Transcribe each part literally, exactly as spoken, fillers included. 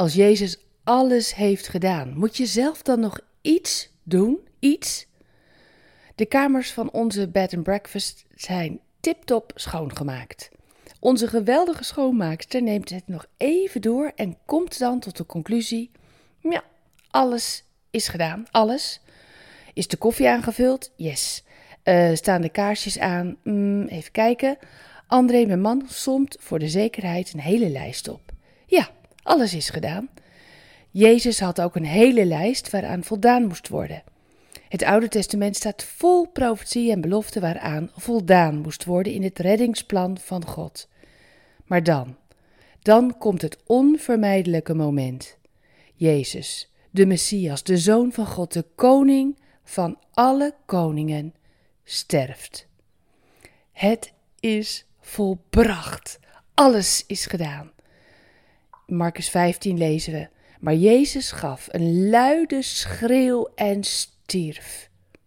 Als Jezus alles heeft gedaan, moet je zelf dan nog iets doen? Iets? De kamers van onze bed and breakfast zijn tip-top schoongemaakt. Onze geweldige schoonmaakster neemt het nog even door en komt dan tot de conclusie: ja, alles is gedaan, alles. Is de koffie aangevuld? Yes. Uh, staan de kaarsjes aan? Mm, even kijken. André, mijn man, somt voor de zekerheid een hele lijst op. Ja, alles is gedaan. Jezus had ook een hele lijst waaraan voldaan moest worden. Het Oude Testament staat vol profetie en beloften waaraan voldaan moest worden in het reddingsplan van God. Maar dan, dan komt het onvermijdelijke moment. Jezus, de Messias, de Zoon van God, de koning van alle koningen, sterft. Het is volbracht. Alles is gedaan. In Marcus vijftien lezen we: maar Jezus gaf een luide schreeuw en stierf.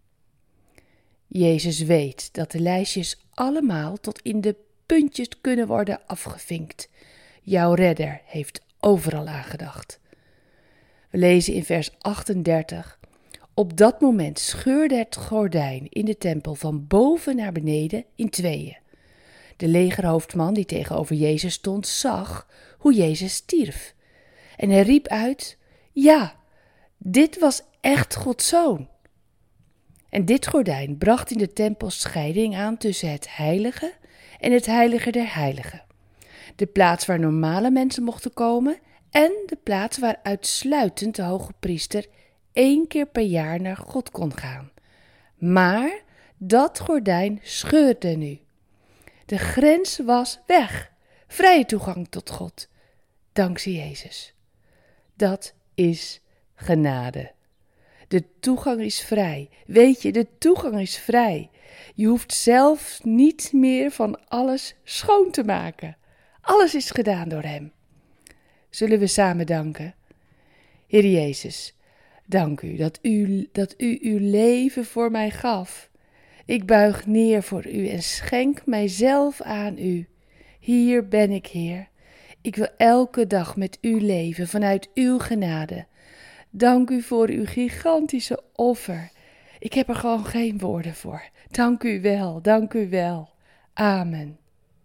Jezus weet dat de lijstjes allemaal tot in de puntjes kunnen worden afgevinkt. Jouw redder heeft overal aan gedacht. We lezen in vers achtendertig: op dat moment scheurde het gordijn in de tempel van boven naar beneden in tweeën. De legerhoofdman die tegenover Jezus stond, zag hoe Jezus stierf. En hij riep uit: ja, dit was echt Gods Zoon. En dit gordijn bracht in de tempel scheiding aan tussen het heilige en het heilige der heiligen. De plaats waar normale mensen mochten komen en de plaats waar uitsluitend de hoge priester één keer per jaar naar God kon gaan. Maar dat gordijn scheurde nu. De grens was weg. Vrije toegang tot God. Dankzij Jezus. Dat is genade. De toegang is vrij. Weet je, de toegang is vrij. Je hoeft zelf niet meer van alles schoon te maken. Alles is gedaan door hem. Zullen we samen danken? Heer Jezus, dank u dat u, dat u uw leven voor mij gaf. Ik buig neer voor u en schenk mijzelf aan u. Hier ben ik, Heer. Ik wil elke dag met u leven vanuit uw genade. Dank u voor uw gigantische offer. Ik heb er gewoon geen woorden voor. Dank u wel, dank u wel. Amen.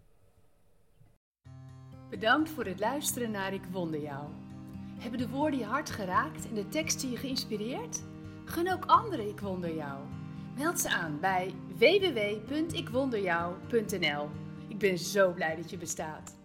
Bedankt voor het luisteren naar Ik Wonder Jou. Hebben de woorden je hart geraakt en de teksten je geïnspireerd? Gun ook anderen Ik Wonder Jou. Meld ze aan bij w w w punt ik wonder jou punt n l. Ik ben zo blij dat je bestaat.